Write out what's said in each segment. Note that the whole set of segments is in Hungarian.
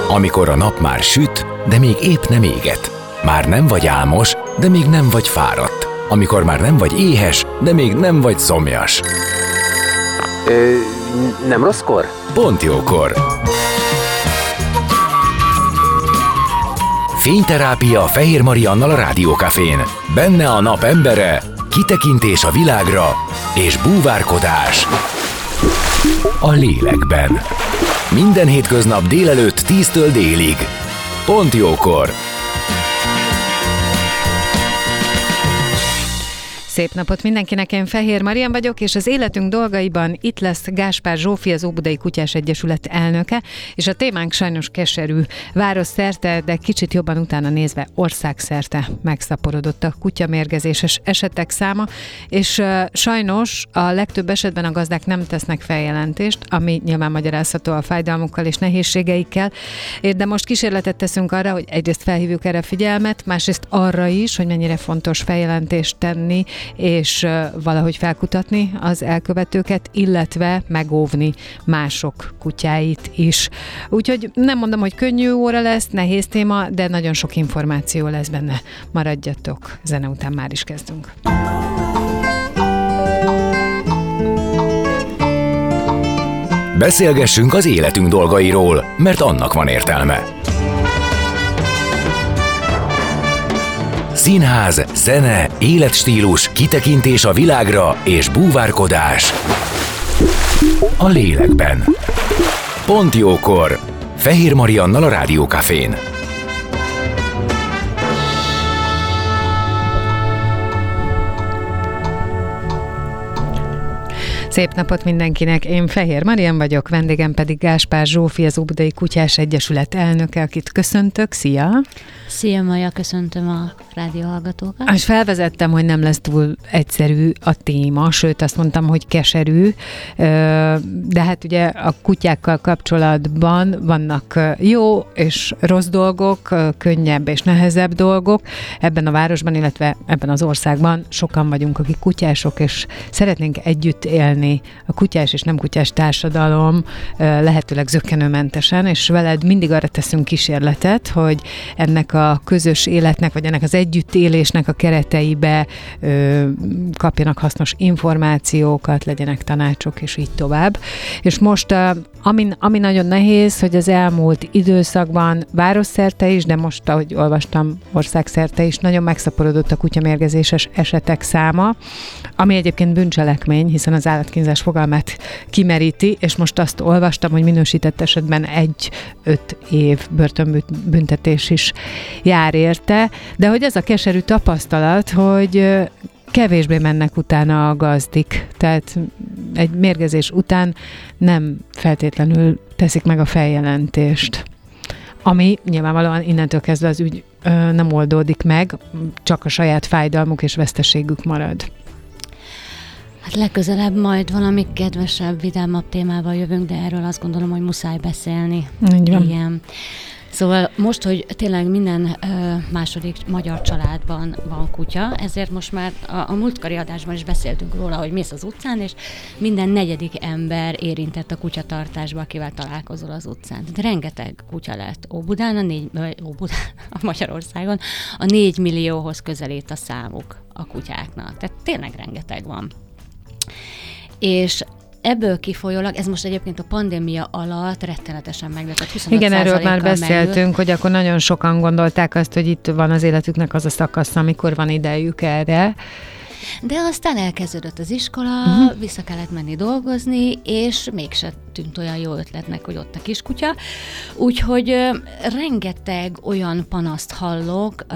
Amikor a nap már süt, de még épp nem éget. Már nem vagy álmos, de még nem vagy fáradt. Amikor már nem vagy éhes, de még nem vagy szomjas. Nem rosszkor? Pont jókor. Fényterápia Fehér Mariannal a Rádiókafén. Benne a nap embere, kitekintés a világra és búvárkodás a lélekben. Minden hétköznap délelőtt 10-től délig. Pont jókor. Szép napot mindenkinek, én Fehér Marian vagyok, és az életünk dolgaiban itt lesz Gáspár Zsófi, az Óbudai Kutyás Egyesület elnöke, és a témánk sajnos keserű. Városszerte, de kicsit jobban utána nézve országszerte megszaporodott a kutyamérgezéses esetek száma, és sajnos a legtöbb esetben a gazdák nem tesznek feljelentést, ami nyilván magyarázható a fájdalmukkal és nehézségeikkel, de most kísérletet teszünk arra, hogy egyrészt felhívjuk erre figyelmet, másrészt arra is, hogy mennyire fontos feljelentést tenni, és valahogy felkutatni az elkövetőket, illetve megóvni mások kutyáit is. Úgyhogy nem mondom, hogy könnyű óra lesz, nehéz téma, de nagyon sok információ lesz benne. Maradjatok, zene után már is kezdünk. Beszélgessünk az életünk dolgairól, mert annak van értelme. Színház, zene, életstílus, kitekintés a világra és búvárkodás a lélekben. Pont jókor. Fehér Mariannal a Rádiókafén. Szép napot mindenkinek, én Fehér Marian vagyok, vendégem pedig Gáspár Zsófi, az Óbudai Kutyás Egyesület elnöke, akit köszöntök. Szia! Szia Maja, köszöntöm a rádióhallgatókat. És felvezettem, hogy nem lesz túl egyszerű a téma, sőt azt mondtam, hogy keserű, de hát ugye a kutyákkal kapcsolatban vannak jó és rossz dolgok, könnyebb és nehezebb dolgok. Ebben a városban, illetve ebben az országban sokan vagyunk, akik kutyások, és szeretnénk együtt élni a kutyás és nem kutyás társadalom lehetőleg zökkenőmentesen, és veled mindig arra teszünk kísérletet, hogy ennek a közös életnek, vagy ennek az együttélésnek a kereteibe kapjanak hasznos információkat, legyenek tanácsok, és így tovább. És most, ami nagyon nehéz, hogy az elmúlt időszakban városszerte is, de most, ahogy olvastam, országszerte is nagyon megszaporodott a kutyamérgezéses esetek száma, ami egyébként bűncselekmény, hiszen az állatkínzás fogalmát kimeríti, és most azt olvastam, hogy minősített esetben 1-5 év börtönbüntetés is jár érte, de hogy ez a keserű tapasztalat, hogy kevésbé mennek utána a gazdik, tehát egy mérgezés után nem feltétlenül teszik meg a feljelentést, ami nyilvánvalóan innentől kezdve az ügy nem oldódik meg, csak a saját fájdalmuk és veszteségük marad. Hát legközelebb majd valami kedvesebb, vidámabb témával jövünk, de erről azt gondolom, hogy muszáj beszélni. Így van. Igen. Szóval most, hogy tényleg minden második magyar családban van kutya, ezért most már a múltkori adásban is beszéltünk róla, hogy mész az utcán, és minden negyedik ember érintett a kutyatartásba, akivel találkozol az utcán. De rengeteg kutya lett Óbudán, a Magyarországon, a 4 millióhoz közelít a számuk a kutyáknak. Tehát tényleg rengeteg van. És ebből kifolyólag, ez most egyébként a pandémia alatt rettenetesen megnőtt. Igen, erről már beszéltünk, hogy akkor nagyon sokan gondolták azt, hogy itt van az életüknek az a szakasz, amikor van idejük erre. De aztán elkezdődött az iskola, vissza kellett menni dolgozni, és mégse tűnt olyan jó ötletnek, hogy ott a kiskutya. Úgyhogy rengeteg olyan panaszt hallok,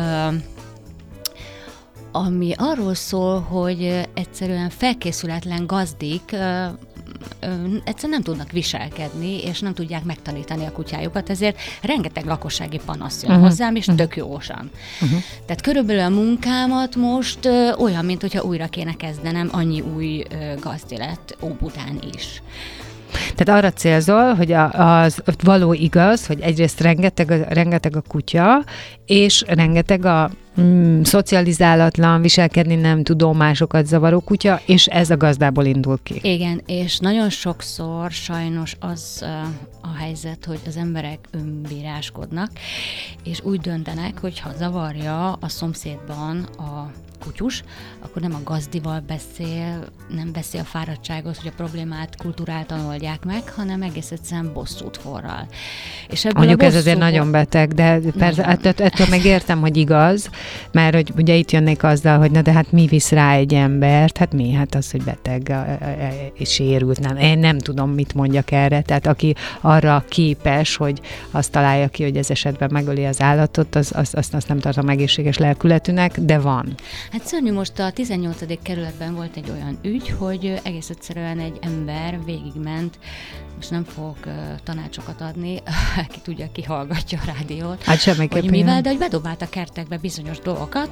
ami arról szól, hogy egyszerűen felkészületlen gazdik egyszerűen nem tudnak viselkedni, és nem tudják megtanítani a kutyájukat, ezért rengeteg lakossági panasz jön hozzám, és tök jósan. Tehát körülbelül a munkámat most olyan, mint hogyha újra kéne kezdenem, annyi új gazdi lett Óbudán is. Tehát arra célzol, hogy az való igaz, hogy egyrészt rengeteg a kutya, és rengeteg a szocializálatlan, viselkedni nem tudó, másokat zavaró kutya, és ez a gazdából indul ki. Igen, és nagyon sokszor sajnos az a helyzet, hogy az emberek önbíráskodnak, és úgy döntenek, hogy ha zavarja a szomszédban a kutyus, akkor nem a gazdival beszél, nem veszi a fáradtságot, hogy a problémát kulturáltan oldják meg, hanem egész egyszerűen bosszút forral. És mondjuk ez azért nagyon beteg, de persze ettől meg értem, hogy igaz, mert hogy ugye itt jönnék azzal, hogy na de hát mi visz rá egy embert, hát mi? Hát az, hogy beteg és sérült. Nem. Én nem tudom, mit mondjak erre, tehát aki arra képes, hogy azt találja ki, hogy ez esetben megöli az állatot, azt nem tartom egészséges lelkületűnek, de van. Hát szörnyű, most a 18. kerületben volt egy olyan ügy, hogy egész egyszerűen egy ember végigment, most nem fogok tanácsokat adni, ki tudja, ki hallgatja a rádiót, hát hogy mivel, de hogy bedobált a kertekbe bizonyos dolgokat,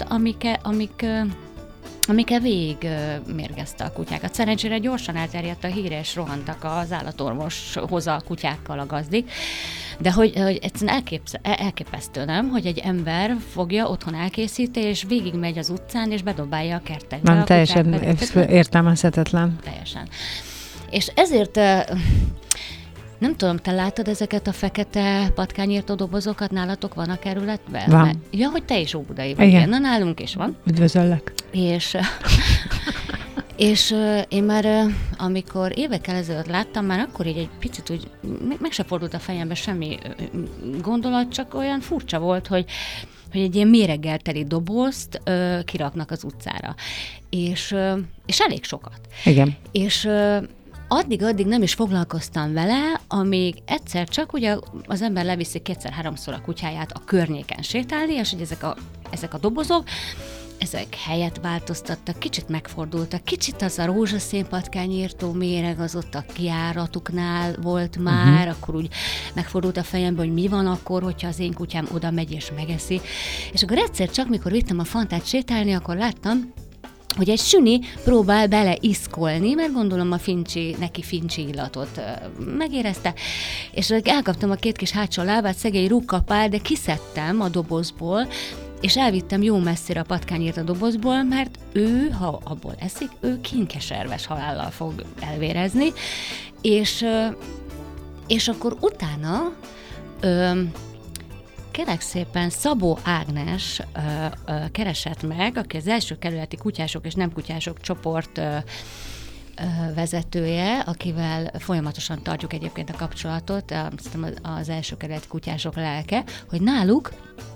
amikkel végig mérgezte a kutyákat. Szerencsére gyorsan elterjedt a híre, és rohantak az állatorvoshoz a kutyákkal a gazdik. De hogy egyszerűen elképesztő, nem? Hogy egy ember fogja, otthon elkészíti, és végigmegy az utcán, és bedobálja a kertekbe. Nem, teljesen értelmezhetetlen. Teljesen. És ezért... Nem tudom, te látod ezeket a fekete patkányírtó dobozokat? Nálatok van a kerületben? Van. Ja, hogy te is óbudai vagy. Igen. Na, nálunk is van. Üdvözöllek. És én már, amikor évekkel ezelőtt láttam, már akkor így egy picit úgy, meg se fordult a fejembe semmi gondolat, csak olyan furcsa volt, hogy egy ilyen méreggel teli dobozt kiraknak az utcára. És elég sokat. Igen. És addig nem is foglalkoztam vele, amíg egyszer csak ugye az ember leviszi 2-3-szor a kutyáját a környéken sétálni, és hogy ezek a dobozok, ezek helyet változtattak, kicsit megfordultak, kicsit az a rózsaszín patkányírtó méreg az ott a kijáratuknál volt már, akkor úgy megfordult a fejembe, hogy mi van akkor, hogyha az én kutyám oda megy és megeszi. És akkor egyszer csak, mikor vittem a Fantát sétálni, akkor láttam, hogy egy süni próbál beleiszkolni, mert gondolom a neki fincsi illatot megérezte, és elkaptam a 2 kis hátsó lábát, szegény rúgkapál, de kiszedtem a dobozból, és elvittem jó messzire a patkányért a dobozból, mert ő, ha abból eszik, ő kínkeserves halállal fog elvérezni, és akkor utána kérlek szépen Szabó Ágnes keresett meg, aki az első kerületi kutyások és nem kutyások csoport vezetője, akivel folyamatosan tartjuk egyébként a kapcsolatot, az első kerületi kutyások lelke, hogy náluk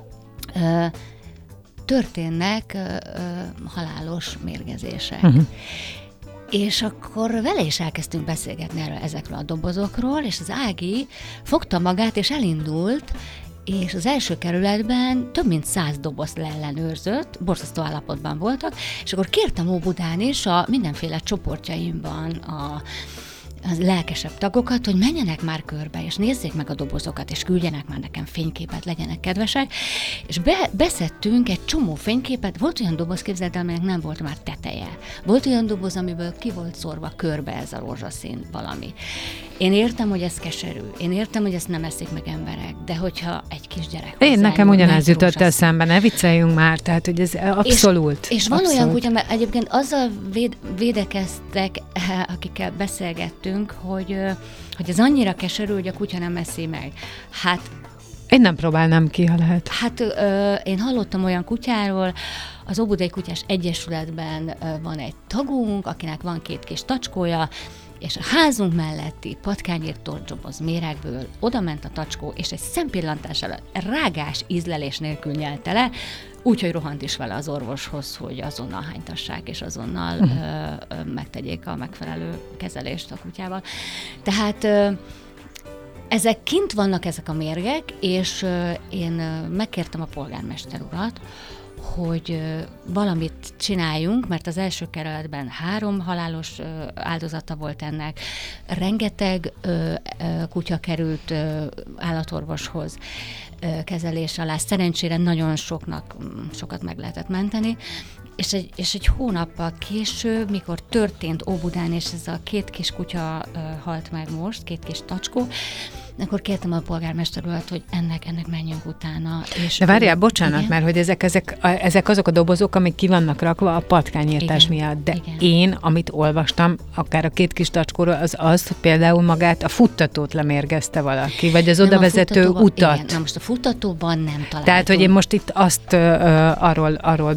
történnek halálos mérgezések. És akkor vele is elkezdtünk beszélgetni ezekről a dobozokról, és az Ági fogta magát, és elindult, és az első kerületben több mint 100 dobozt leellenőrzött, borzasztó állapotban voltak, és akkor kértem Óbudán is a mindenféle csoportjaimban a lelkesebb tagokat, hogy menjenek már körbe, és nézzék meg a dobozokat, és küldjenek már nekem fényképet, legyenek kedvesek, és beszedtünk egy csomó fényképet, volt olyan doboz, képzeld el, amelynek nem volt már teteje. Volt olyan doboz, amiből ki volt szórva körbe ez a rózsaszín valami. Én értem, hogy ez keserű, én értem, hogy ezt nem eszik meg emberek, de hogyha egy kisgyerek... Nekem ugyanez jutott eszembe, ne vicceljünk már, tehát, hogy ez abszolút. És van olyan kutya, mert egyébként azzal védekeztek, akikkel beszélgettünk, hogy ez annyira keserű, hogy a kutya nem eszi meg. Hát... Én nem próbálnám ki, ha lehet. Hát én hallottam olyan kutyáról, az Óbudai Kutyás Egyesületben van egy tagunk, akinek van 2 kis tacskója, és a házunk melletti patkányírtó doboz méregből oda ment a tacskó, és egy szempillantással rágás ízlelés nélkül nyelte le, úgyhogy rohant is vele az orvoshoz, hogy azonnal hánytassák, és azonnal megtegyék a megfelelő kezelést a kutyával. Tehát ezek kint vannak, ezek a mérgek, és én megkértem a polgármester urat, hogy valamit csináljunk, mert az első kerületben 3 halálos áldozata volt ennek, rengeteg kutya került állatorvoshoz kezelés alá, szerencsére nagyon sokat meg lehetett menteni, és egy hónappal később, mikor történt Óbudán, és ez a 2 kis kutya halt meg most, 2 kis tacskó, akkor kértem a polgármester urat, hogy ennek menjünk utána. És de várjál, bocsánat, igen? Mert hogy ezek azok a dobozok, amik ki vannak rakva a patkányírtás miatt, de igen. Én, amit olvastam, akár a 2 kis tacskóról, az, hogy például magát a futtatót lemérgezte valaki, vagy az odavezető utat. Igen, na most a futtatóban nem találtunk. Tehát, hogy én most itt azt arról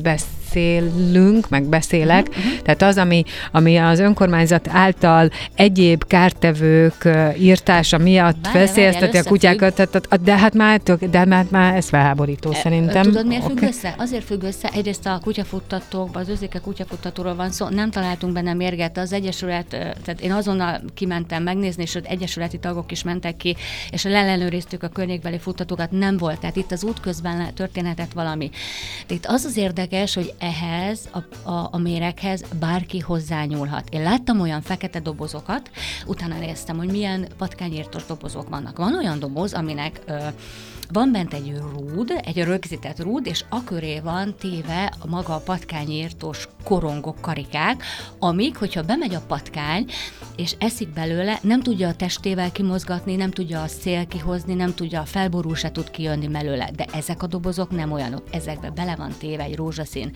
beszélek. Tehát az, ami az önkormányzat által egyéb kártevők írtása miatt veszélyezteti a kutyákat, de hát már ez felháborító szerintem. Tudod, miért függ össze? Azért függ össze, egyrészt a kutyafuttatókban, az Őzike kutyafuttatóról van szó, nem találtunk benne mérget, az egyesület, tehát én azonnal kimentem megnézni, és az egyesületi tagok is mentek ki, és ellenőriztük a környékbeli futtatókat, nem volt. Tehát itt az út közben történhetett valami. De itt az érdekes, hogy ehhez, a méreghez bárki hozzányúlhat. Én láttam olyan fekete dobozokat, utána néztem, hogy milyen patkányírtós dobozok vannak. Van olyan doboz, aminek van bent egy rúd, egy rögzített rúd, és a köré van téve a maga a patkányírtós korongok, karikák, amik, hogyha bemegy a patkány, és eszik belőle, nem tudja a testével kimozgatni, nem tudja a szél kihozni, nem tudja, a felborul se tud kijönni belőle. De ezek a dobozok nem olyanok. Ezekbe bele van téve egy rózsaszín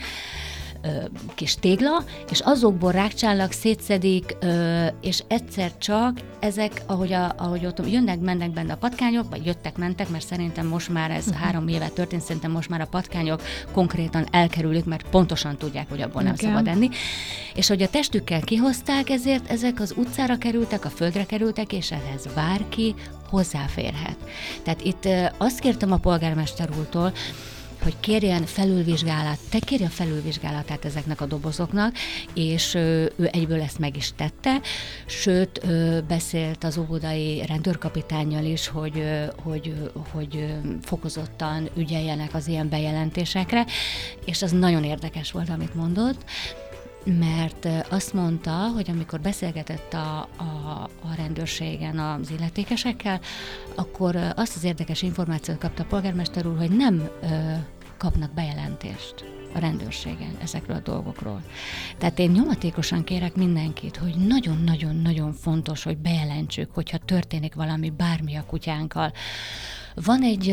kis tégla, és azokból rákcsálnak, szétszedik, és egyszer csak ezek, ahogy ott jönnek-mennek benne a patkányok, vagy jöttek-mentek, mert szerintem most már ez 3 éve történt, szerintem most már a patkányok konkrétan elkerülik, mert pontosan tudják, hogy abból nem szabad enni. És hogy a testükkel kihozták, ezért ezek az utcára kerültek, a földre kerültek, és ehhez bárki hozzáférhet. Tehát itt azt kértem a polgármester úrtól, hogy kérjen felülvizsgálatát ezeknek a dobozoknak, és ő egyből ezt meg is tette, sőt, beszélt az óvodai rendőrkapitánnyal is, hogy fokozottan ügyeljenek az ilyen bejelentésekre, és az nagyon érdekes volt, amit mondott, mert azt mondta, hogy amikor beszélgetett a rendőrségen az illetékesekkel, akkor azt az érdekes információt kapta a polgármester úr, hogy nem kapnak bejelentést a rendőrségen ezekről a dolgokról. Tehát én nyomatékosan kérek mindenkit, hogy nagyon-nagyon-nagyon fontos, hogy bejelentsük, hogyha történik valami, bármi a kutyánkkal. Van egy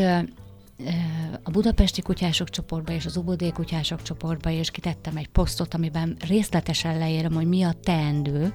a budapesti kutyások csoportba és az óbudai kutyások csoportba, és kitettem egy posztot, amiben részletesen leírom, hogy mi a teendő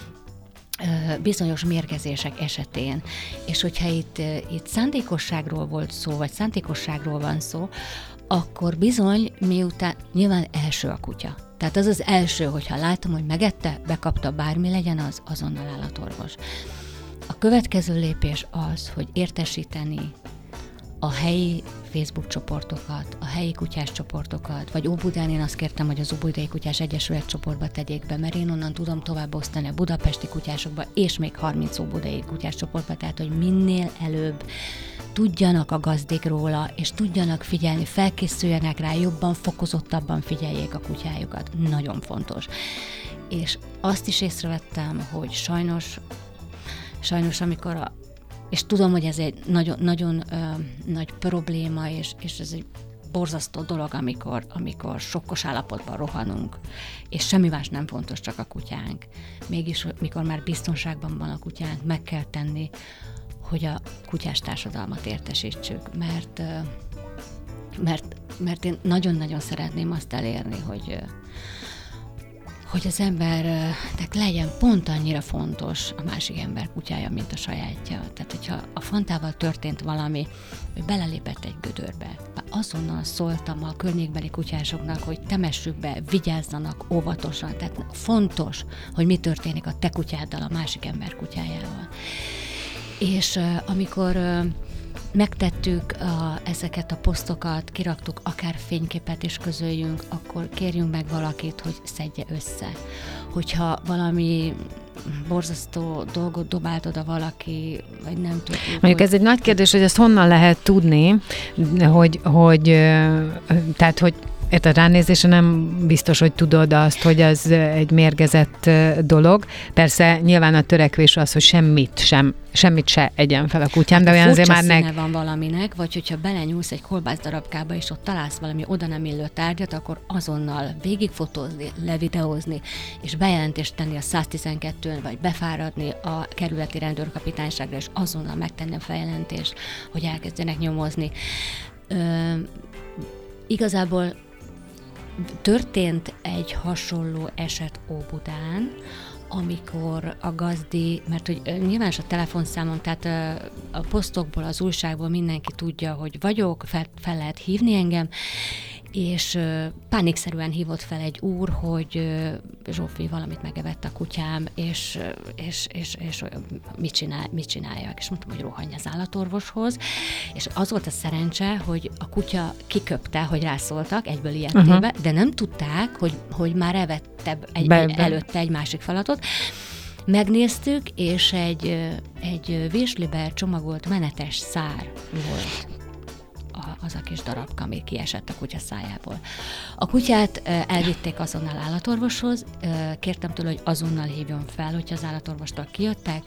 bizonyos mérgezések esetén. És hogyha itt szándékosságról volt szó, vagy szándékosságról van szó, akkor bizony miután, nyilván első a kutya. Tehát az az első, hogyha látom, hogy megette, bekapta, bármi legyen, az azonnal állatorvos. A következő lépés az, hogy értesíteni a helyi Facebook csoportokat, a helyi kutyás csoportokat, vagy Óbudán én azt kértem, hogy az Óbudai Kutyás Egyesület csoportba tegyék be, mert én onnan tudom tovább osztani a budapesti kutyásokba, és még 30 óbudai kutyás csoportba, tehát hogy minél előbb tudjanak a gazdik róla, és tudjanak figyelni, felkészüljenek rá, jobban, fokozottabban figyeljék a kutyájukat. Nagyon fontos. És azt is észrevettem, hogy sajnos amikor és tudom, hogy ez egy nagyon nagy probléma, és ez egy borzasztó dolog, amikor sokkos állapotban rohanunk, és semmi más nem fontos, csak a kutyánk. Mégis, mikor már biztonságban van a kutyánk, meg kell tenni, hogy a kutyás társadalmat értesítsük, mert én nagyon-nagyon szeretném azt elérni, hogy az embernek legyen pont annyira fontos a másik ember kutyája, mint a sajátja. Tehát, hogyha a Fantával történt valami, hogy belelépett egy gödörbe, azonnal szóltam a környékbeli kutyásoknak, hogy temessük be, vigyázzanak óvatosan. Tehát fontos, hogy mi történik a te kutyáddal, a másik ember kutyájával. És amikor megtettük ezeket a posztokat, kiraktuk, akár fényképet is közöljünk, akkor kérjünk meg valakit, hogy szedje össze. Hogyha valami borzasztó dolgot dobált oda valaki, vagy nem tudjuk. Mondjuk ez egy nagy kérdés, hogy ezt honnan lehet tudni, hogy Érted, ránézésre nem biztos, hogy tudod azt, hogy az egy mérgezett dolog. Persze nyilván a törekvés az, hogy semmit se egyen fel a kutyám, de olyan azért már van valaminek, vagy hogyha belenyúlsz egy kolbász darabkába, és ott találsz valami oda nem illő tárgyat, akkor azonnal végigfotózni, levideózni, és bejelentést tenni a 112-n, vagy befáradni a kerületi rendőrkapitányságra, és azonnal megtenni a feljelentést, hogy elkezdjenek nyomozni. Igazából történt egy hasonló eset Óbudán, amikor a gazdi, mert hogy nyilván a telefonszámon, tehát a posztokból, az újságból mindenki tudja, hogy vagyok, fel lehet hívni engem, és pánikszerűen hívott fel egy úr, hogy Zsófi, valamit megevett a kutyám, és mit csináljak? És mondtam, hogy rohanj az állatorvoshoz, és az volt a szerencse, hogy a kutya kiköpte, hogy rászóltak, egyből ijedtébe, de nem tudták, hogy már evette előtte egy másik falatot. Megnéztük, és egy véslibe csomagolt menetes szár volt az a kis darabka, ami kiesett a kutya szájából. A kutyát elvitték azonnal állatorvoshoz, kértem tőle, hogy azonnal hívjon fel, hogyha az állatorvostól kijöttek,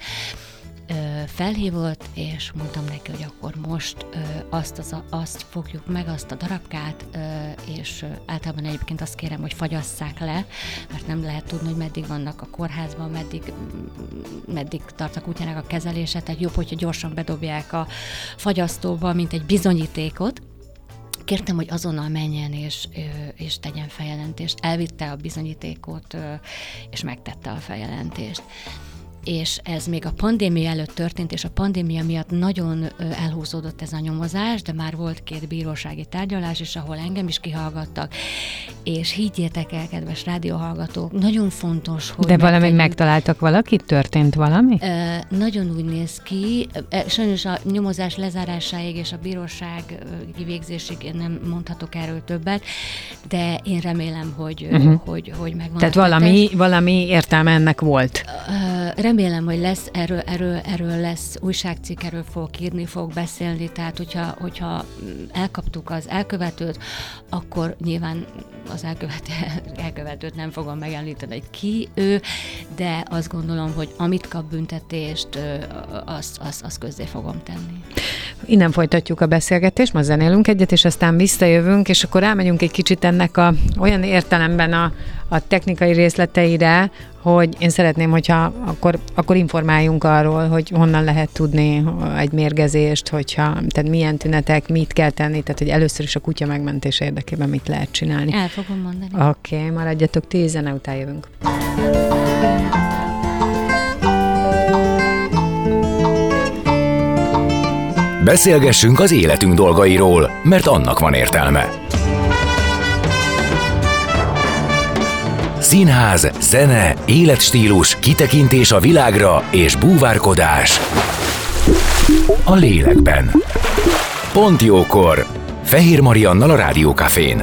felhívott, és mondtam neki, hogy akkor most azt fogjuk meg, azt a darabkát, és általában egyébként azt kérem, hogy fagyasszák le, mert nem lehet tudni, hogy meddig vannak a kórházban, meddig tart a kutyának a kezelése, tehát jobb, hogyha gyorsan bedobják a fagyasztóba, mint egy bizonyítékot. Kértem, hogy azonnal menjen és tegyen feljelentést. Elvitte a bizonyítékot, és megtette a feljelentést. És ez még a pandémia előtt történt, és a pandémia miatt nagyon elhúzódott ez a nyomozás, de már volt 2 bírósági tárgyalás is, ahol engem is kihallgattak, és higgyétek el, kedves rádióhallgatók, nagyon fontos, hogy... De valami megtaláltak valakit? Történt valami? Nagyon úgy néz ki, sajnos a nyomozás lezárásáig és a bíróság kivégzésig én nem mondhatok erről többet, de én remélem, hogy megvan. Tehát valami értelme ennek volt? Remélem, hogy lesz, erről lesz újságcikk, erről fogok írni, fogok beszélni, tehát hogyha elkaptuk az elkövetőt, akkor nyilván az elkövetőt nem fogom megemlíteni, hogy ki ő, de azt gondolom, hogy amit kap büntetést, azt közzé fogom tenni. Innen folytatjuk a beszélgetést, ma zenélünk egyet, és aztán visszajövünk, és akkor elmegyünk egy kicsit ennek olyan értelemben a technikai részleteire, hogy én szeretném, hogyha akkor informáljunk arról, hogy honnan lehet tudni egy mérgezést, tehát milyen tünetek, mit kell tenni, tehát hogy először is a kutya megmentése érdekében mit lehet csinálni. El fogom mondani. Oké, maradjatok 10, zene után jövünk. Beszélgessünk az életünk dolgairól, mert annak van értelme. Színház, zene, életstílus, kitekintés a világra és búvárkodás a lélekben. Pont jókor! Fehér Mariannal a Rádió Cafén.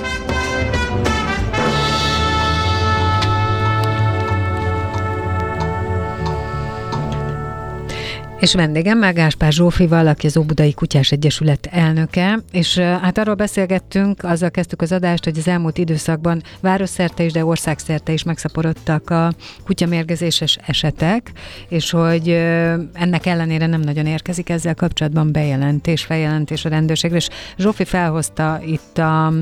És vendégemmel Gáspár Zsófival, aki az Óbudai Kutyás Egyesület elnöke, és hát arról beszélgettünk, azzal kezdtük az adást, hogy az elmúlt időszakban városszerte is, de országszerte is megszaporodtak a kutyamérgezéses esetek, és hogy ennek ellenére nem nagyon érkezik ezzel kapcsolatban feljelentés a rendőrségre, és Zsófi felhozta itt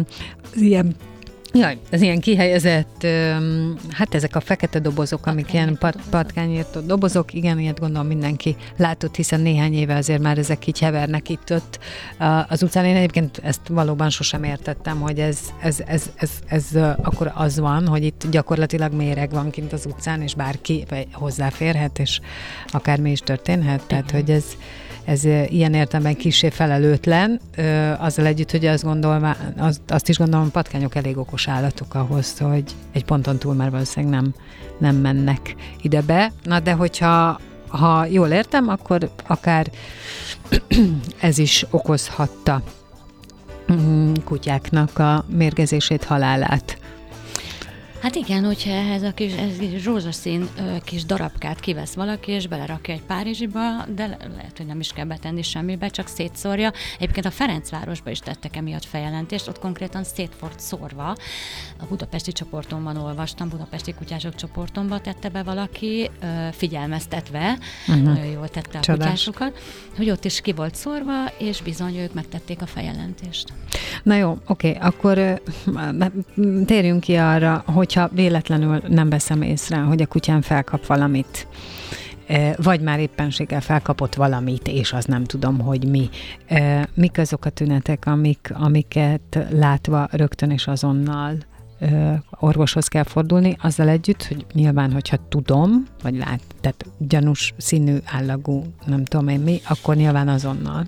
az ilyen kihelyezett, hát ezek a fekete dobozok, amik ilyen patkányírtó dobozok, igen, ilyet gondolom mindenki látott, hiszen néhány éve azért már ezek így hevernek itt-ott az utcán. Én egyébként ezt valóban sosem értettem, hogy ez akkor az van, hogy itt gyakorlatilag méreg van kint az utcán, és bárki hozzáférhet, és akármi is történhet, tehát hogy ez ilyen értelemben kissé felelőtlen, azzal együtt, hogy azt is gondolom, patkányok elég okos állatok ahhoz, hogy egy ponton túl már valószínűleg nem mennek ide be. Na de hogyha jól értem, akkor akár ez is okozhatta kutyáknak a mérgezését, halálát. Hát igen, hogyha ehhez a kis rózsaszín kis darabkát kivesz valaki, és belerakja egy párizsiba, de lehet, hogy nem is kell betenni semmibe, csak szétszórja. Egyébként a Ferencvárosba is tettek emiatt feljelentést, ott konkrétan szét volt szórva. A budapesti csoportomban olvastam, budapesti kutyások csoportomban tette be valaki, figyelmeztetve, nagyon jól tette a kutyásokat, hogy ott is ki volt szórva, és bizony ők megtették a feljelentést. Na jó, oké, akkor térjünk ki arra, hogyha véletlenül nem veszem észre, hogy a kutyám felkap valamit, vagy már éppenséggel felkapott valamit, és az nem tudom, hogy mi. Mik azok a tünetek, amiket látva rögtön és azonnal orvoshoz kell fordulni, azzal együtt, hogy nyilván, hogyha tudom, vagy tehát gyanús színű, állagú, nem tudom én mi, akkor nyilván azonnal.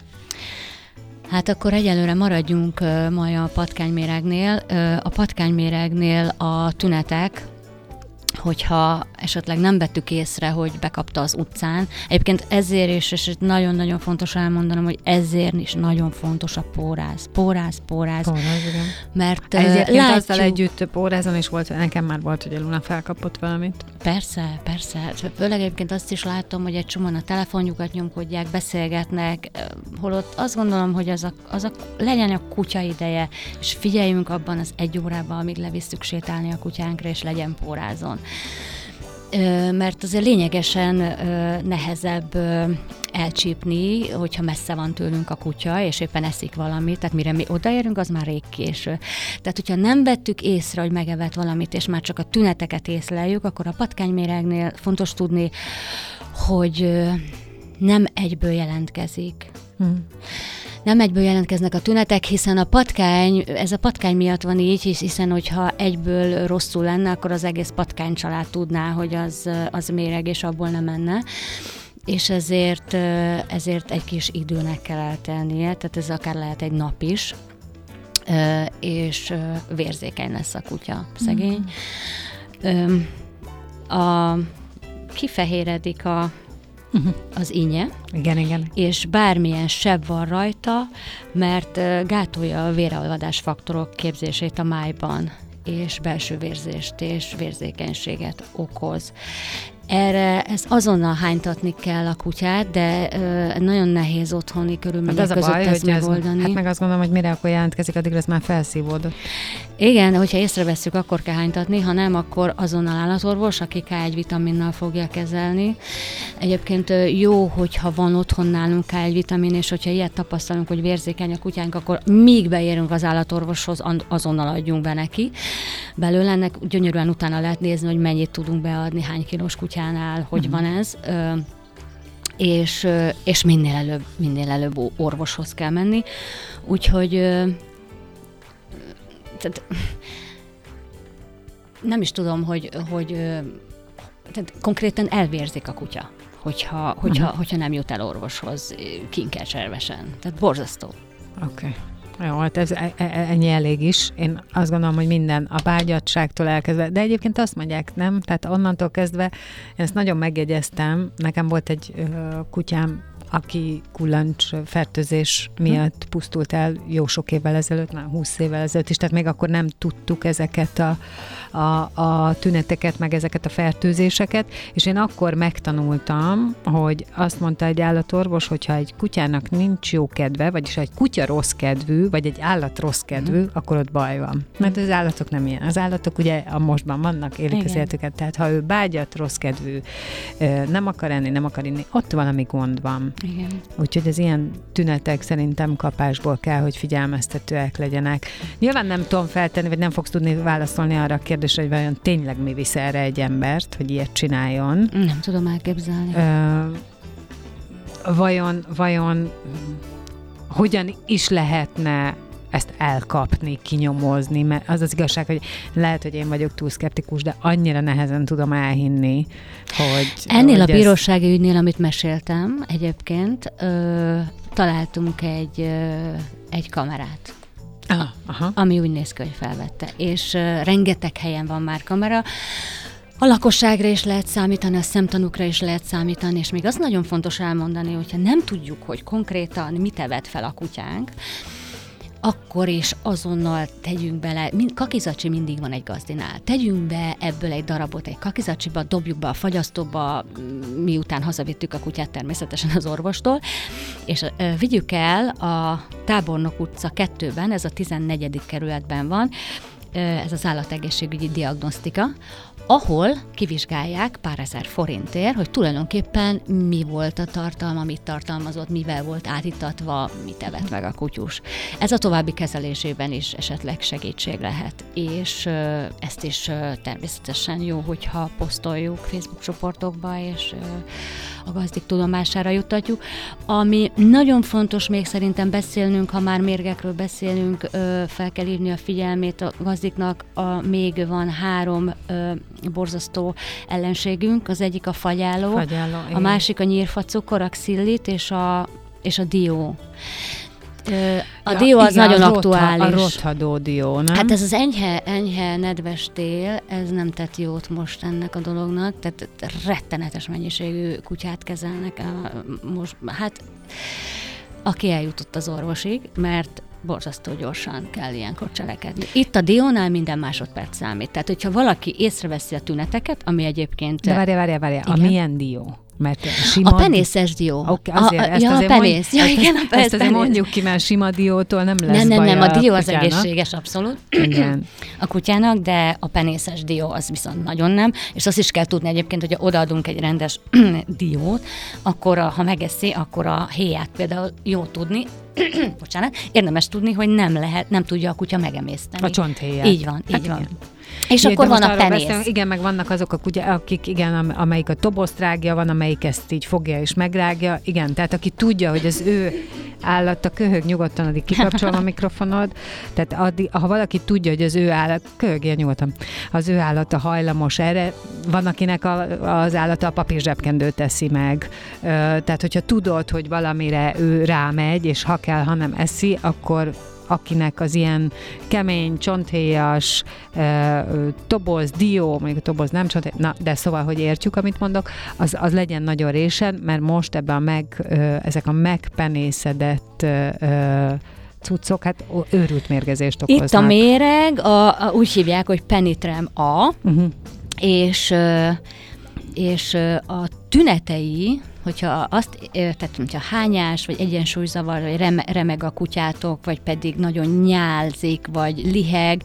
Hát akkor egyelőre maradjunk majd a patkányméregnél. A patkányméregnél a tünetek, hogyha esetleg nem vettük észre, hogy bekapta az utcán. Egyébként ezért is, és nagyon-nagyon fontos elmondanom, hogy ezért is nagyon fontos a póráz. Póráz, igen. Mert egyébként látjuk... azzal együtt pórázon is volt, nekem már volt, hogy a Luna felkapott valamit. Persze. Főleg egyébként azt is látom, hogy egy csomóan a telefonjukat nyomkodják, beszélgetnek, holott azt gondolom, hogy az a legyen a kutya ideje, és figyeljünk abban az 1 órában, amíg levisszük sétálni a kutyánkra, és legyen pórázon. Mert azért lényegesen nehezebb elcsípni, hogyha messze van tőlünk a kutya, és éppen eszik valamit, tehát mire mi odaérünk, az már rég késő. Tehát, hogyha nem vettük észre, hogy megevett valamit, és már csak a tüneteket észleljük, akkor a patkányméregnél fontos tudni, hogy nem egyből jelentkezik. Nem egyből jelentkeznek a tünetek, hiszen ez a patkány miatt van így, hiszen hogyha egyből rosszul lenne, akkor az egész patkánycsalád tudná, hogy az méreg, és abból nem menne. És ezért egy kis időnek kell eltelnie, tehát ez akár lehet egy nap is, és vérzékeny lesz a kutya, szegény. Kifehéredik az ínye, igen. És bármilyen seb van rajta, mert gátolja a véralvadás faktorok képzését a májban, és belső vérzést és vérzékenységet okoz. Ezt azonnal hánytatni kell a kutyát, de nagyon nehéz otthoni körülmények között ezt megoldani. Hát meg azt gondolom, hogy mire akkor jelentkezik, addigra ez már felszívódott. Igen, hogyha észrevesszük, akkor kell hánytatni, ha nem, akkor azonnal állatorvos, aki K1 vitaminnal fogja kezelni. Egyébként jó, hogyha van otthon nálunk K1 vitamin, és hogyha ilyet tapasztalunk, hogy vérzékeny a kutyánk, akkor míg beérünk az állatorvoshoz, azonnal adjunk be neki. Belőle ennek gyönyörűen utána lehet nézni, hogy mennyit tudunk beadni, hány kilós kutyánál, hogy van ez. És minél előbb orvoshoz kell menni. Úgyhogy tehát, nem is tudom, hogy tehát konkrétan elvérzik a kutya, hogyha nem jut el orvoshoz kinkercservesen. Tehát borzasztó. Oké. Jó, hát ez ennyi elég is. Én azt gondolom, hogy minden a vágyadságtól elkezdve, de egyébként azt mondják, nem? Tehát onnantól kezdve, én ezt nagyon megjegyeztem, nekem volt egy kutyám, aki kullancs fertőzés miatt pusztult el jó sok évvel ezelőtt, már 20 évvel ezelőtt is, tehát még akkor nem tudtuk ezeket a tüneteket, meg ezeket a fertőzéseket, és én akkor megtanultam, hogy azt mondta egy állatorvos, hogyha egy kutyának nincs jó kedve, vagyis ha egy kutya rossz kedvű, vagy egy állat rossz kedvű, akkor ott baj van. Mert az állatok nem ilyen. Az állatok ugye a mostban vannak, élik az életüket, tehát ha ő bágyat, rossz kedvű, nem akar enni, nem akar inni, ott valami gond van. Igen. Úgyhogy az ilyen tünetek szerintem kapásból kell, hogy figyelmeztetőek legyenek. Nyilván nem tudom feltenni, vagy nem fogsz tudni válaszolni arra a kérdésre, hogy vajon tényleg mi visz erre egy embert, hogy ilyet csináljon. Nem tudom elképzelni. Vajon hogyan is lehetne ezt elkapni, kinyomozni, mert az igazság, hogy lehet, hogy én vagyok túl szkeptikus, de annyira nehezen tudom elhinni, hogy... Ennél a bírósági ügynél, amit meséltem egyébként, találtunk egy kamerát, ami úgy néz ki, hogy felvette. És rengeteg helyen van már kamera. A lakosságra is lehet számítani, a szemtanúkra is lehet számítani, és még az nagyon fontos elmondani, hogyha nem tudjuk, hogy konkrétan mit evett fel a kutyánk, akkor is azonnal tegyünk bele, kakizacsi mindig van egy gazdinál, tegyünk be ebből egy darabot egy kakizacsiba, dobjuk be a fagyasztóba, miután hazavittük a kutyát természetesen az orvostól, és vigyük el a Tábornok utca 2-ben, ez a 14. kerületben van, ez az állategészségügyi diagnosztika, ahol kivizsgálják pár ezer forintért, hogy tulajdonképpen mi volt a tartalma, mit tartalmazott, mivel volt átítatva, mit evett meg a kutyus. Ez a további kezelésében is esetleg segítség lehet, és ezt is természetesen jó, hogyha posztoljuk Facebook csoportokba, és a gazdik tudomására juttatjuk. Ami nagyon fontos még szerintem beszélnünk, ha már mérgekről beszélünk, fel kell hívni a figyelmét a gazdiknak, még van 3 borzasztó ellenségünk, az egyik a fagyáló, a másik a nyírfacukor, a xillit és a dió. A dió az igen, nagyon aktuális. A rothadó dió, nem? Hát ez az enyhe nedves tél, ez nem tett jót most ennek a dolognak, tehát rettenetes mennyiségű kutyát kezelnek most, hát aki eljutott az orvosig, mert borzasztó gyorsan kell ilyenkor cselekedni. Itt a diónál minden másodperc számít. Tehát, hogyha valaki észreveszi a tüneteket, ami egyébként... De várjál, a milyen dió? Mert sima a penészes dió. Okay, a penész. Ezt azért mondjuk ki, mert sima diótól nem lesz baj Nem, a dió az egészséges, abszolút. Igen. A kutyának, de a penészes dió az viszont nagyon nem. És azt is kell tudni egyébként, hogy odaadunk egy rendes diót, akkor ha megeszi, akkor a héját például jó tudni, bocsánat, érdemes tudni, hogy nem tudja a kutya megemészteni. A csonthéját. Így van. Igen. És akkor van a penész. Igen, meg vannak azok a kutyák, akik, igen, amelyik a tobozt rágja, van, amelyik ezt így fogja és megrágja. Igen, tehát aki tudja, hogy az ő állata, köhög nyugodtan, addig kikapcsolom a mikrofonod, tehát addig, ha valaki tudja, hogy az ő állat, köhögjél nyugodtan, az ő állata hajlamos erre, van, akinek az állata a papír zsebkendőt teszi meg. Tehát, hogyha tudod, hogy valamire ő rámegy, és ha kell, ha nem eszi, akkor akinek az ilyen kemény, csonthéjas, toboz, dió, mondjuk a toboz nem csonthéjas, na, de szóval, hogy értjük, amit mondok, az legyen nagyon résen, mert most ebben ezek a megpenészedett cuccok, hát őrült mérgezést okoznak. Itt a méreg, úgy hívják, hogy Penitrem A, és a tünetei, hogyha tehát hogyha hányás, vagy egyensúlyzavar, vagy remeg a kutyátok, vagy pedig nagyon nyálzik, vagy liheg,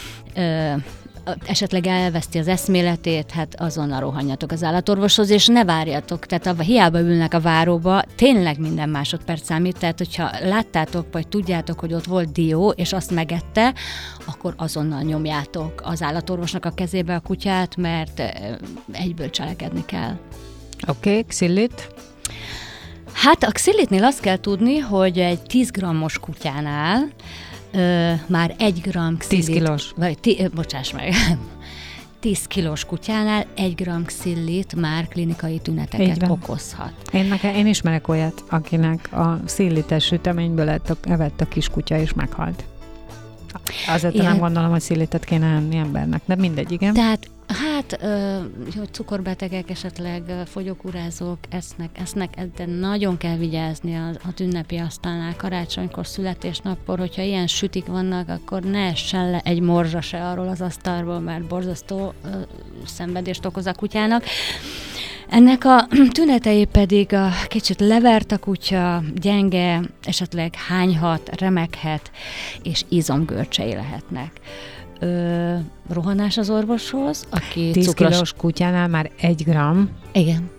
esetleg elveszti az eszméletét, hát azonnal rohanjatok az állatorvoshoz, és ne várjatok, tehát hiába ülnek a váróba, tényleg minden másodperc számít, tehát hogyha láttátok, vagy tudjátok, hogy ott volt dió, és azt megette, akkor azonnal nyomjátok az állatorvosnak a kezébe a kutyát, mert egyből cselekedni kell. Oké, xillit? Hát a xillitnél azt kell tudni, hogy egy 10 grammos kutyánál már 1 gramm xillit... 10 kilós. Bocsáss meg. 10 kilós kutyánál 1 gramm xillit már klinikai tüneteket okozhat. Én ismerek olyat, akinek a xillites süteményből evett a kiskutya és meghalt. Azért nem gondolom, hogy xillitet kéne enni embernek, de mindegy, igen. Tehát hogy cukorbetegek, esetleg fogyókúrázók esznek, de nagyon kell vigyázni a ünnepi asztalnál, karácsonykor, születésnapkor, hogyha ilyen sütik vannak, akkor ne essen le egy morzsa se arról az asztalról, mert borzasztó szenvedést okoz a kutyának. Ennek a tünetei pedig a kicsit levert a kutya, gyenge, esetleg hányhat, remeghet, és izomgörcsei lehetnek. Rohanás az orvoshoz, aki 10 kilós kutyánál már 1 gramm. Igen.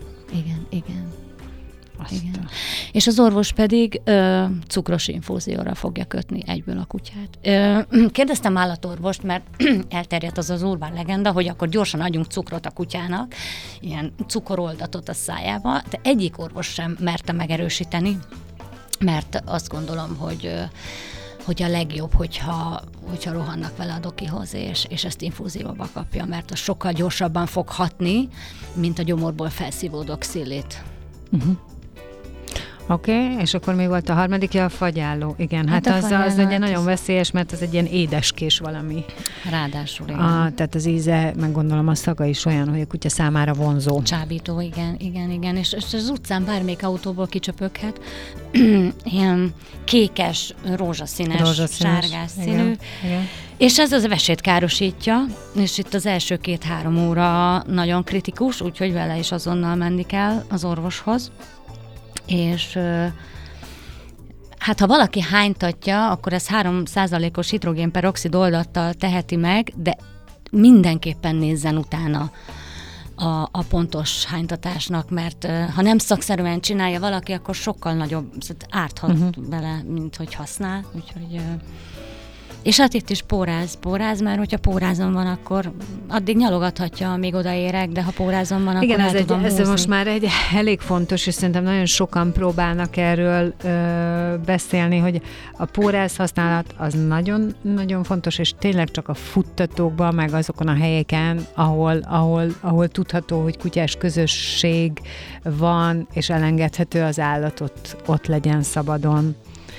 És az orvos pedig cukros infúzióra fogja kötni egyből a kutyát. Kérdeztem állatorvost, mert elterjedt az urbán legenda, hogy akkor gyorsan adjunk cukrot a kutyának, ilyen cukoroldatot a szájába, de egyik orvos sem merte megerősíteni, mert azt gondolom, hogy a legjobb, hogyha rohannak vele a dokihoz, és ezt infúzióba kapja, mert az sokkal gyorsabban fog hatni, mint a gyomorból felszívódó xillit. Oké, és akkor még volt a harmadikja, a fagyálló. Igen, hát az ugye nagyon veszélyes, mert az egy ilyen édeskés valami. Ráadásul, igen. Tehát az íze, meg gondolom a szaga is olyan, hogy a kutya számára vonzó. Csábító, igen. És az utcán bármelyik autóból kicsöpöghet, ilyen kékes, rózsaszínes, sárgás színű. Igen. És ez az evesét károsítja, és itt az első 2-3 óra nagyon kritikus, úgyhogy vele is azonnal menni kell az orvoshoz. És hát ha valaki hánytatja, akkor ez 3%-os hidrogénperoxid oldattal teheti meg, de mindenképpen nézzen utána a pontos hánytatásnak, mert ha nem szakszerűen csinálja valaki, akkor sokkal nagyobb, árthat bele, mint hogy használ. Úgyhogy, és hát itt is póráz, mert hogyha pórázon van, akkor addig nyalogathatja, amíg odaérek, de ha pórázon van, igen, akkor tudom ez most már egy elég fontos, és szerintem nagyon sokan próbálnak erről beszélni, hogy a póráz használat az nagyon-nagyon fontos, és tényleg csak a futtatókban, meg azokon a helyeken, ahol tudható, hogy kutyás közösség van, és elengedhető az állatot, ott legyen szabadon.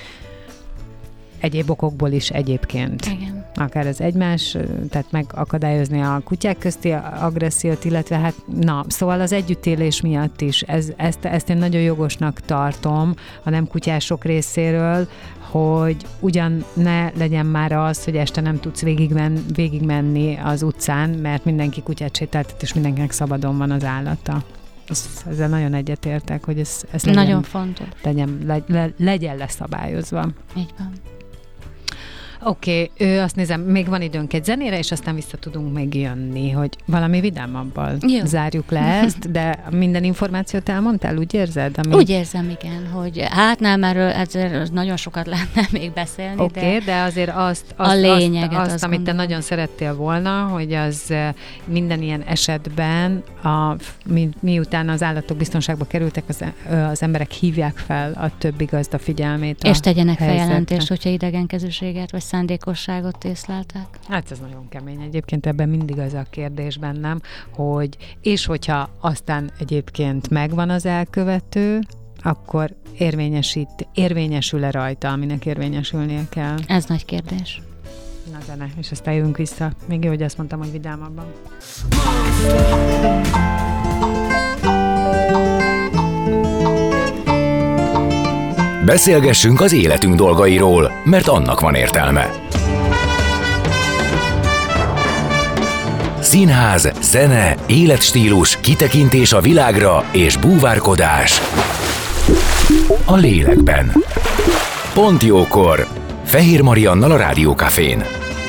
Egyéb okokból is egyébként. Igen. Akár az egymás, tehát megakadályozni a kutyák közti agressziót, illetve hát szóval az együttélés miatt is. Ezt én nagyon jogosnak tartom a nem kutyások részéről, hogy ugyan ne legyen már az, hogy este nem tudsz végigmenni az utcán, mert mindenki kutyát sétáltat, és mindenkinek szabadon van az állata. Ezzel nagyon egyetértek, hogy ez nagyon fontos. Legyen leszabályozva. Így van. Oké, azt nézem, még van időnk egy zenére, és aztán vissza tudunk még jönni, hogy valami vidámabbal zárjuk le ezt, de minden információt elmondtál, úgy érzed? Úgy érzem, igen, hogy hát nem, erről nagyon sokat lehetne még beszélni. Oké, de azért azt amit te nagyon szerettél volna, hogy az minden ilyen esetben, miután az állatok biztonságba kerültek, az emberek hívják fel a többi gazda figyelmét. És tegyenek feljelentést, hogyha idegenkezűséget vagy szándékosságot észleltek. Hát ez nagyon kemény. Egyébként ebben mindig az a kérdés bennem, hogy és hogyha aztán egyébként megvan az elkövető, akkor érvényesül-e rajta, aminek érvényesülnie kell? Ez nagy kérdés. Na zene, és aztán jövünk vissza. Még jó, hogy azt mondtam, hogy vidámabban. Beszélgessünk az életünk dolgairól, mert annak van értelme. Színház, zene, életstílus, kitekintés a világra és búvárkodás a lélekben. Pont jókor! Fehér Mariannal a Rádió Cafén.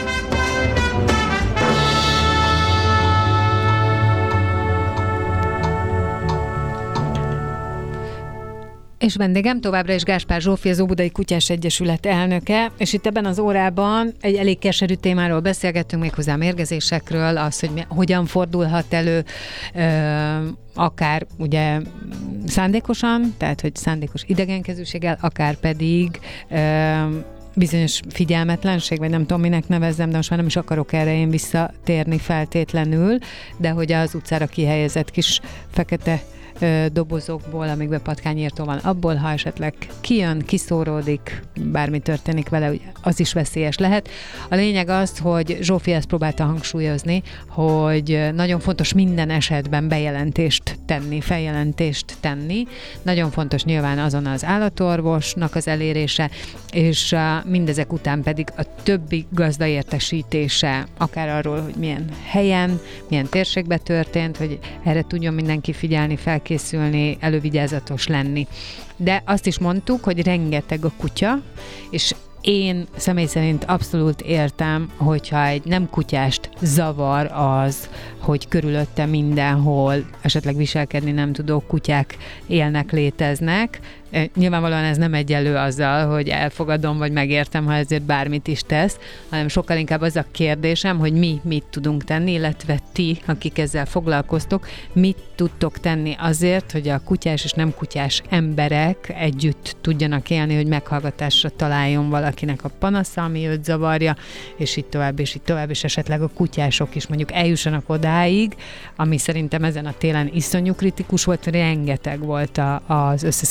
És vendégem továbbra is Gáspár Zsófi, az Óbudai Kutyás Egyesület elnöke, és itt ebben az órában egy elég keserű témáról beszélgettünk, méghozzá mérgezésekről, az, hogy hogyan fordulhat elő, akár ugye szándékosan, tehát hogy szándékos idegenkezűséggel, akár pedig bizonyos figyelmetlenség, vagy nem tudom, minek nevezzem, de most már nem is akarok erre én visszatérni feltétlenül, de hogy az utcára kihelyezett kis fekete dobozokból, amikben patkányírtó van, abból, ha esetleg kijön, kiszóródik, bármi történik vele, az is veszélyes lehet. A lényeg az, hogy Zsófi ezt próbálta hangsúlyozni, hogy nagyon fontos minden esetben bejelentést tenni, feljelentést tenni. Nagyon fontos nyilván azon az állatorvosnak az elérése, és mindezek után pedig a többi gazda értesítése, akár arról, hogy milyen helyen, milyen térségben történt, hogy erre tudjon mindenki figyelni, felkészülni, elővigyázatos lenni. De azt is mondtuk, hogy rengeteg a kutya, és én személy szerint abszolút értem, hogyha egy nem kutyást zavar az, hogy körülötte mindenhol esetleg viselkedni nem tudó kutyák élnek, léteznek. Nyilvánvalóan ez nem egyenlő azzal, hogy elfogadom, vagy megértem, ha ezért bármit is tesz, hanem sokkal inkább az a kérdésem, hogy mi mit tudunk tenni, illetve ti, akik ezzel foglalkoztok, mit tudtok tenni azért, hogy a kutyás és nem kutyás emberek együtt tudjanak élni, hogy meghallgatásra találjon valakinek a panasza, ami őt zavarja, és így tovább, és esetleg a kutyások is mondjuk eljussanak odáig, ami szerintem ezen a télen iszonyú kritikus volt, rengeteg volt az összeszedetlen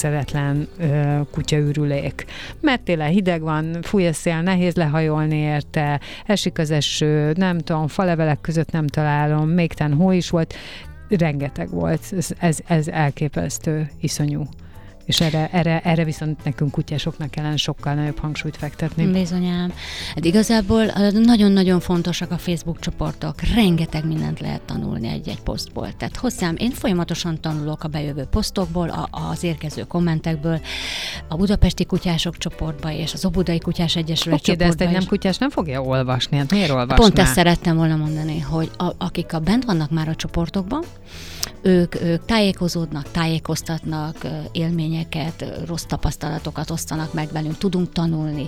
ilyen kutyaürülék. Mert télen hideg van, fúj a szél, nehéz lehajolni érte, esik az eső, nem tudom, falevelek között nem találom, még tán hó is volt, rengeteg volt. Ez elképesztő, iszonyú. És erre viszont nekünk kutyásoknak kellene sokkal nagyobb hangsúlyt fektetni. Bizonyám. Hát igazából nagyon-nagyon fontosak a Facebook csoportok. Rengeteg mindent lehet tanulni egy-egy posztból. Tehát hozzám, én folyamatosan tanulok a bejövő posztokból, az érkező kommentekből, a budapesti kutyások csoportba és az Óbudai Kutyás Egyesület csoportba. De ezt egy nem kutyás nem fogja olvasni. Hát miért olvasná? Pont ezt szerettem volna mondani, hogy akik bent vannak már a csoportokban, ők tájékozódnak, tájékoztatnak, élményeket, rossz tapasztalatokat osztanak meg velünk, tudunk tanulni,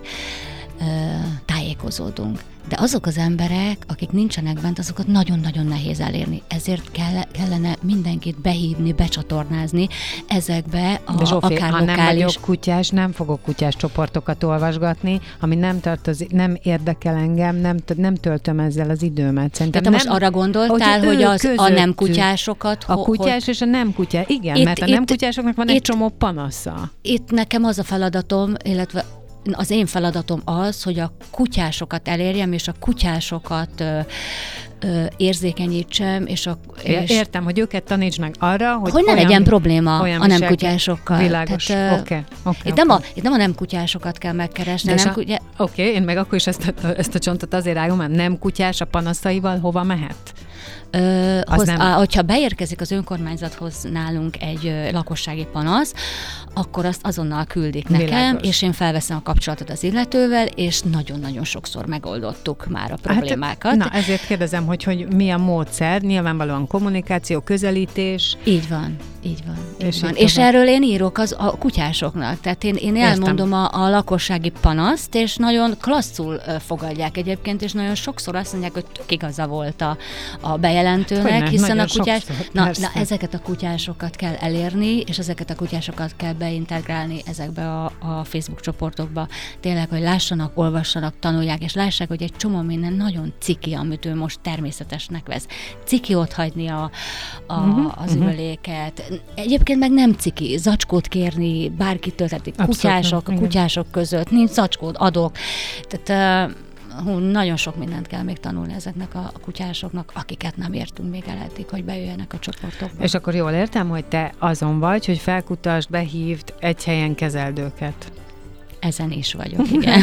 tájékozódunk. De azok az emberek, akik nincsenek bent, azokat nagyon-nagyon nehéz elérni. Ezért kellene mindenkit behívni, becsatornázni ezekbe de Zsófi, akár ha lokális... nem vagyok kutyás, nem fogok kutyás csoportokat olvasgatni, ami nem tartozik, nem érdekel engem, nem töltöm ezzel az időmet. Szerintem de te most arra gondoltál, hogy a nem kutyásokat... A kutyás és a nem kutyás, igen, mert a nem kutyásoknak van egy csomó panasza. Itt nekem az a feladatom, illetve az én feladatom az, hogy a kutyásokat elérjem, és a kutyásokat érzékenyítsem, és értem, hogy őket taníts meg arra, hogy ne legyen probléma a nem kutyásokkal. Világos, oké. Itt nem a nem kutyásokat kell megkeresni. Oké, én meg akkor is ezt a csontot azért állom, mert nem kutyás a panaszaival hova mehet? Hogyha beérkezik az önkormányzathoz nálunk egy lakossági panasz, akkor azt azonnal küldik nekem, világos. És én felveszem a kapcsolatot az illetővel, és nagyon-nagyon sokszor megoldottuk már a problémákat. Hát, ezért kérdezem, hogy mi a módszer, nyilvánvalóan kommunikáció, közelítés. Így van. És erről én írok a kutyásoknak. Tehát én elmondom a lakossági panaszt, és nagyon klasszul fogadják egyébként, és nagyon sokszor azt mondják, hogy tök igaza volt a bejelentőnek, hiszen a kutyás... ezeket a kutyásokat kell elérni, és ezeket a kutyásokat kell beintegrálni ezekbe a Facebook csoportokba. Tényleg, hogy lássanak, olvassanak, tanulják, és lássák, hogy egy csomó minden nagyon ciki, amit ő most természetesnek vesz. Ciki otthagyni az üléket. Egyébként meg nem ciki, zacskót kérni, bárkitől, tehát kutyások között, nincs zacskót, adok. Tehát nagyon sok mindent kell még tanulni ezeknek a kutyásoknak, akiket nem értünk még el eddig, hogy bejöjjenek a csoportokba. És akkor jól értem, hogy te azon vagy, hogy felkutasd, behívd, egy helyen kezeld őket. Ezen is vagyok, igen.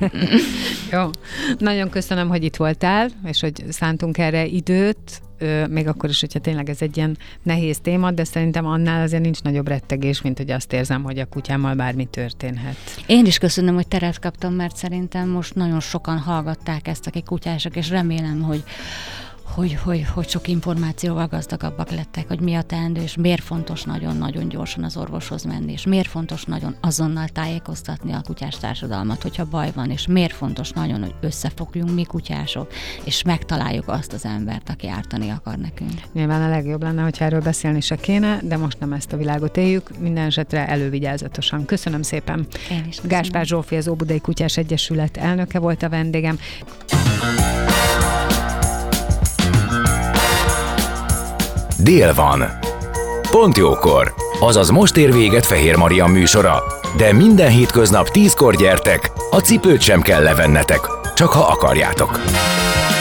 Jó. Nagyon köszönöm, hogy itt voltál, és hogy szántunk erre időt, még akkor is, hogyha tényleg ez egy ilyen nehéz téma, de szerintem annál azért nincs nagyobb rettegés, mint hogy azt érzem, hogy a kutyámmal bármi történhet. Én is köszönöm, hogy teret kaptam, mert szerintem most nagyon sokan hallgatták ezt, akik kutyások, és remélem, hogy sok információval gazdagabbak lettek, hogy mi a teendő, és miért fontos nagyon-nagyon gyorsan az orvoshoz menni, és miért fontos nagyon azonnal tájékoztatni a kutyás társadalmat, hogyha baj van, és miért fontos nagyon, hogy összefogjunk mi kutyások, és megtaláljuk azt az embert, aki ártani akar nekünk. Nyilván a legjobb lenne, hogyha erről beszélni se kéne, de most nem ezt a világot éljük, minden esetre elővigyázatosan. Köszönöm szépen. Én is köszönöm. Gáspár Zsófi, az Óbudai Kutyás Egyesület elnöke volt a vendégem. Dél van. Pont jókor. Azaz most ér véget Fehér Maria műsora. De minden hétköznap 10-kor gyertek, a cipőt sem kell levennetek, csak ha akarjátok.